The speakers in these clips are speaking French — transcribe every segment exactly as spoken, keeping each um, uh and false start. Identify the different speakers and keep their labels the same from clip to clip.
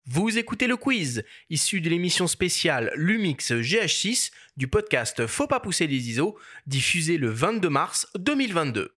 Speaker 1: Vous écoutez le quiz, issu de l'émission spéciale Lumix G H six du podcast Faut pas pousser les I S O, diffusé le vingt-deux mars deux mille vingt-deux.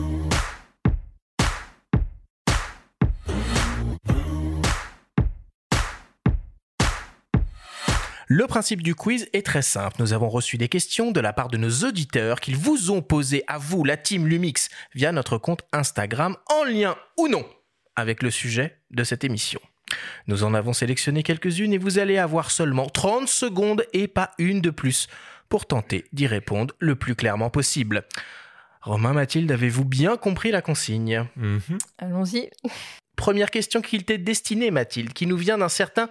Speaker 1: Le principe du quiz est très simple. Nous avons reçu des questions de la part de nos auditeurs qu'ils vous ont posées à vous, la team Lumix, via notre compte Instagram, en lien ou non avec le sujet de cette émission. Nous en avons sélectionné quelques-unes et vous allez avoir seulement trente secondes et pas une de plus pour tenter d'y répondre le plus clairement possible. Romain, Mathilde, avez-vous bien compris la consigne ?
Speaker 2: Mm-hmm. Allons-y.
Speaker 1: Première question qui t'est destinée, Mathilde, qui nous vient d'un certain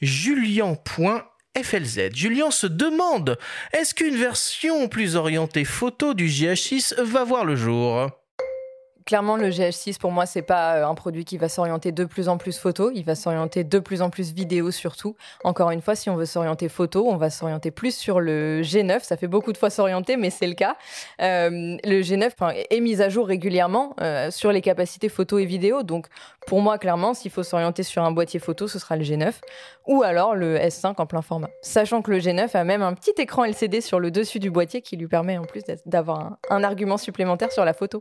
Speaker 1: Julien.F L Z. Julien se demande, est-ce qu'une version plus orientée photo du G H six va voir le jour ?
Speaker 2: Clairement, le G H six, pour moi, c'est pas un produit qui va s'orienter de plus en plus photo. Il va s'orienter de plus en plus vidéo, surtout. Encore une fois, si on veut s'orienter photo, on va s'orienter plus sur le G neuf. Ça fait beaucoup de fois s'orienter, mais c'est le cas. Euh, le G neuf est mis à jour régulièrement euh, sur les capacités photo et vidéo. Donc, pour moi, clairement, s'il faut s'orienter sur un boîtier photo, ce sera le G neuf. Ou alors le S cinq en plein format. Sachant que le G neuf a même un petit écran L C D sur le dessus du boîtier qui lui permet en plus d'avoir un, un argument supplémentaire sur la photo.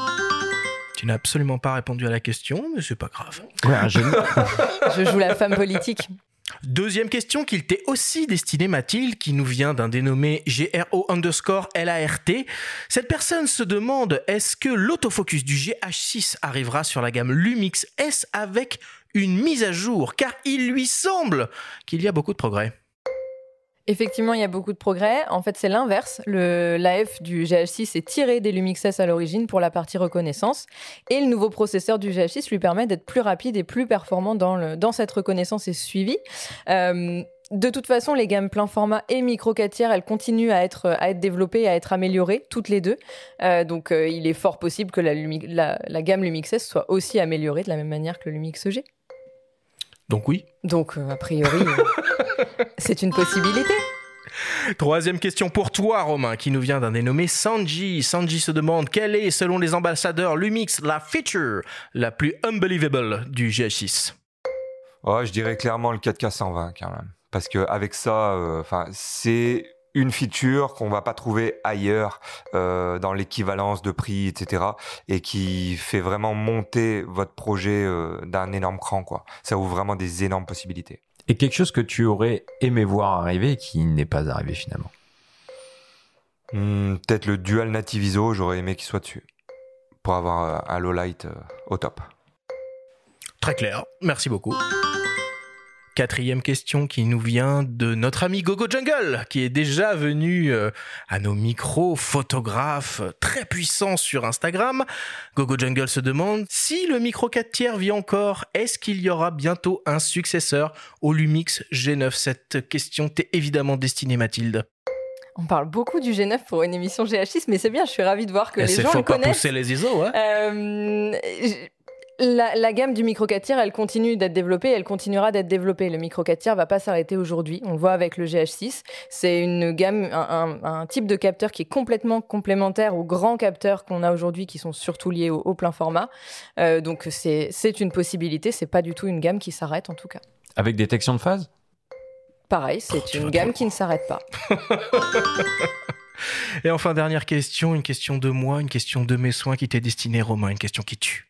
Speaker 1: Tu n'as absolument pas répondu à la question, mais c'est pas grave.
Speaker 3: Ouais, un génie.
Speaker 2: Je joue la femme politique.
Speaker 1: Deuxième question qu'il t'est aussi destinée, Mathilde, qui nous vient d'un dénommé G R O underscore L A R T. Cette personne se demande, est-ce que l'autofocus du G H six arrivera sur la gamme Lumix S avec une mise à jour ? Car il lui semble qu'il y a beaucoup de progrès.
Speaker 2: Effectivement, il y a beaucoup de progrès. En fait, c'est l'inverse. Le, l'A F du G H six est tiré des Lumix S à l'origine pour la partie reconnaissance. Et le nouveau processeur du G H six lui permet d'être plus rapide et plus performant dans, le, dans cette reconnaissance et ce suivi. Euh, de toute façon, les gammes plein format et micro quatre tiers, elles continuent à être, à être développées et à être améliorées, toutes les deux. Euh, donc, euh, il est fort possible que la, la, la gamme Lumix S soit aussi améliorée de la même manière que le Lumix G.
Speaker 1: Donc oui.
Speaker 2: Donc, euh, a priori, euh, c'est une possibilité.
Speaker 1: Troisième question pour toi, Romain, qui nous vient d'un dénommé Sanji. Sanji se demande, quelle est, selon les ambassadeurs Lumix, la feature la plus unbelievable du G H six ?
Speaker 4: Oh, je dirais clairement le quatre K cent vingt, quand même. Parce qu'avec ça, euh, c'est une feature qu'on ne va pas trouver ailleurs euh, dans l'équivalence de prix, et cetera. Et qui fait vraiment monter votre projet euh, d'un énorme cran, quoi. Ça ouvre vraiment des énormes possibilités.
Speaker 3: Et quelque chose que tu aurais aimé voir arriver et qui n'est pas arrivé finalement.
Speaker 4: Mmh, peut-être le Dual Native I S O, j'aurais aimé qu'il soit dessus. Pour avoir un low light euh, au top.
Speaker 1: Très clair, merci beaucoup. Quatrième question qui nous vient de notre ami Gogo Jungle, qui est déjà venu euh, à nos micros, photographe très puissant sur Instagram. Gogo Jungle se demande, si le micro quatre tiers vit encore, est-ce qu'il y aura bientôt un successeur au Lumix G neuf ? Cette question t'est évidemment destinée, Mathilde.
Speaker 2: On parle beaucoup du G neuf pour une émission G H six, mais c'est bien, je suis ravie de voir que
Speaker 1: Et
Speaker 2: les
Speaker 1: c'est
Speaker 2: gens
Speaker 1: faut
Speaker 2: le
Speaker 1: pas
Speaker 2: connaissent.
Speaker 1: pousser les I S O, ouais.
Speaker 2: Euh, La, la gamme du micro quatre tiers, elle continue d'être développée, elle continuera d'être développée. Le micro quatre tiers va pas s'arrêter aujourd'hui. On le voit avec le G H six. C'est une gamme, un, un, un type de capteur qui est complètement complémentaire aux grands capteurs qu'on a aujourd'hui, qui sont surtout liés au, au plein format. Euh, donc c'est, c'est une possibilité. C'est pas du tout une gamme qui s'arrête en tout cas.
Speaker 3: Avec détection de phase ?
Speaker 2: Pareil, c'est
Speaker 1: oh,
Speaker 2: une gamme qui ne s'arrête pas.
Speaker 1: Et enfin, dernière question, une question de moi, une question de mes soins qui t'est destinée, Romain, une question qui tue.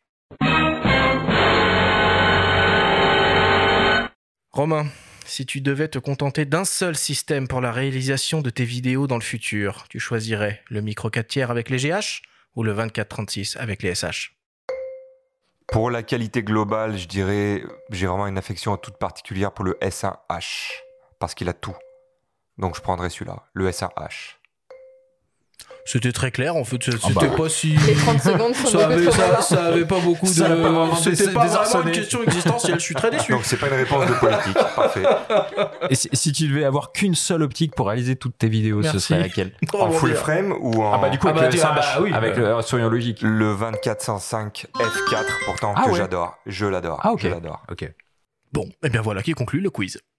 Speaker 1: Romain, si tu devais te contenter d'un seul système pour la réalisation de tes vidéos dans le futur, tu choisirais le micro quatre tiers avec les G H ou le vingt-quatre trente-six avec les S H ?
Speaker 4: Pour la qualité globale, je dirais, j'ai vraiment une affection toute particulière pour le S un H, parce qu'il a tout. Donc je prendrais celui-là, le S un H.
Speaker 1: C'était très clair, en fait, c'était
Speaker 3: ah bah.
Speaker 1: pas si...
Speaker 2: Les trente secondes sont
Speaker 1: ça, avait,
Speaker 2: trop
Speaker 1: ça, ça avait pas beaucoup de...
Speaker 3: Ça pas vraiment
Speaker 1: C'était
Speaker 3: dés-
Speaker 1: pas vraiment
Speaker 3: désarçonné.
Speaker 1: une question existentielle, je suis très déçu.
Speaker 4: Donc c'est pas une réponse de politique, parfait.
Speaker 3: Et si, si tu devais avoir qu'une seule optique pour réaliser toutes tes vidéos,
Speaker 1: Merci.
Speaker 3: ce serait laquelle ?
Speaker 4: En full frame ou en...
Speaker 3: Ah bah du coup,
Speaker 1: Ah
Speaker 3: avec
Speaker 1: bah,
Speaker 3: le
Speaker 1: tu-
Speaker 3: S un H,
Speaker 1: ah bah oui.
Speaker 3: avec le, soyons logiques.
Speaker 4: Le vingt-quatre cent cinq F quatre, pourtant,
Speaker 3: Ah
Speaker 4: que
Speaker 3: ouais.
Speaker 4: j'adore. Je l'adore,
Speaker 3: Ah ok.
Speaker 4: je l'adore.
Speaker 3: Ok.
Speaker 1: Bon, et bien voilà qui conclut le quiz.